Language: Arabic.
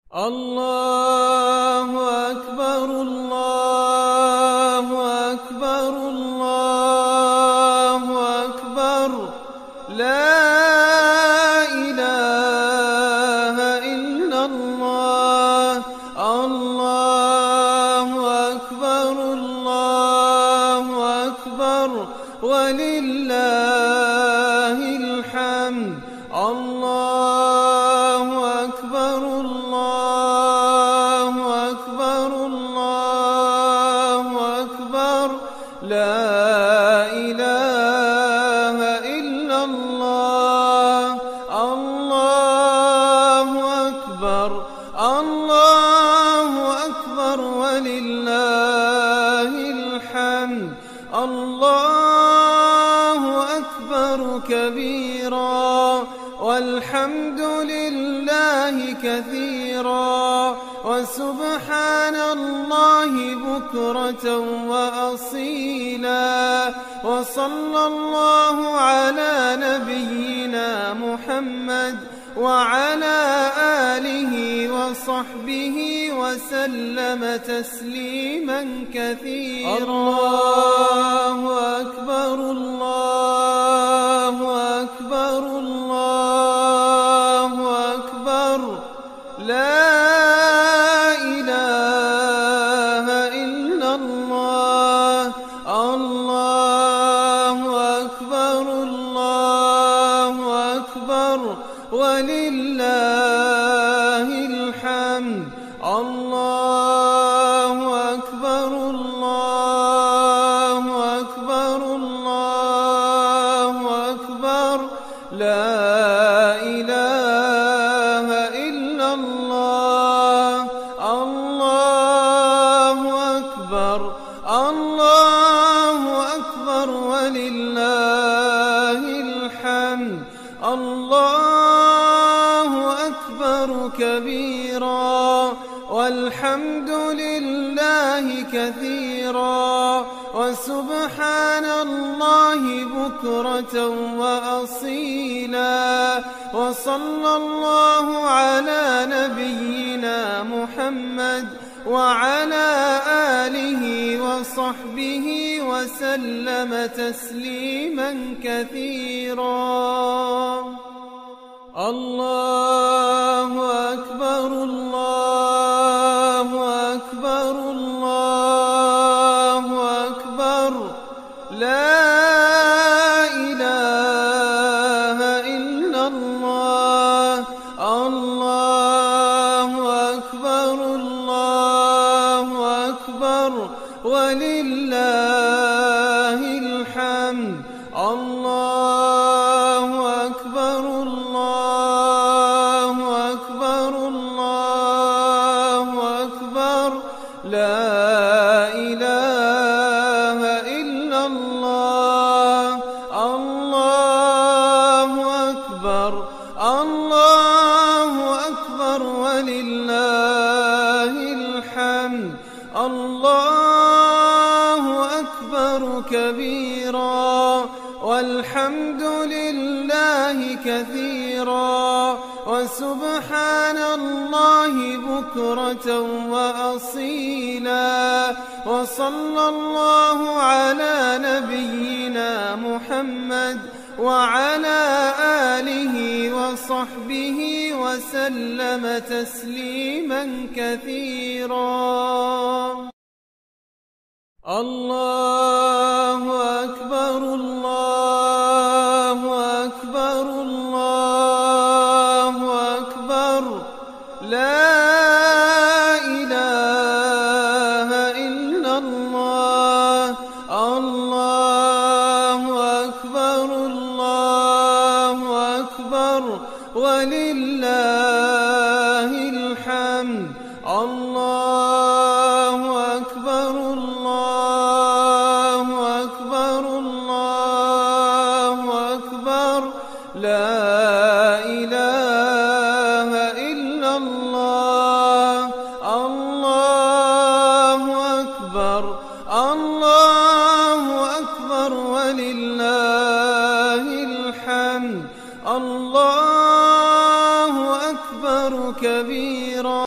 الله أكبر الله أكبر الله أكبر لا إله إلا الله الله أكبر الله أكبر ولله الحمد الله أكبر الله أكبر الله أكبر لا إله إلا الله الله أكبر الله أكبر ولله الحمد الله أكبر كبيرا والحمد لله كثيرا وسبحان الله بكرة وأصيلا وصلى الله على نبينا محمد وعلى آله وصحبه وسلم تسليما كثيرا الله أكبر الله أكبر الله أكبر لا إله إلا الله الله أكبر الله أكبر ولله الحمد الله أكبر الله أكبر الله أكبر لا إله إلا الله الله أكبر الله أكبر ولله الحمد الله أكبر كبيرا والحمد لله كثيرا وسبحان الله بكرة وأصيلا وصلى الله على نبينا محمد وعلى آله وصحبه وسلم تسليما كثيرا الله أكبر الله أكبر الله أكبر لا إله إلا الله الله أكبر الله أكبر ولله الحمد الله أكبر الله أكبر الله أكبر لا إله إلا الله الله أكبر الله أكبر ولله الحمد الله أكبر كبيرا والحمد لله كثيرا وسبحان الله بكرة وأصيلا وصلى الله على نبينا محمد وعلى آله وصحبه وسلم تسليما كثيرا الله أكبر الله أكبر الله أكبر لا إله إلا الله الله أكبر الله أكبر ولله الحمد الله أكبر الله أكبر الله أكبر لا إله إلا الله الله أكبر الله أكبر ولله الحمد الله أكبر كبيرا.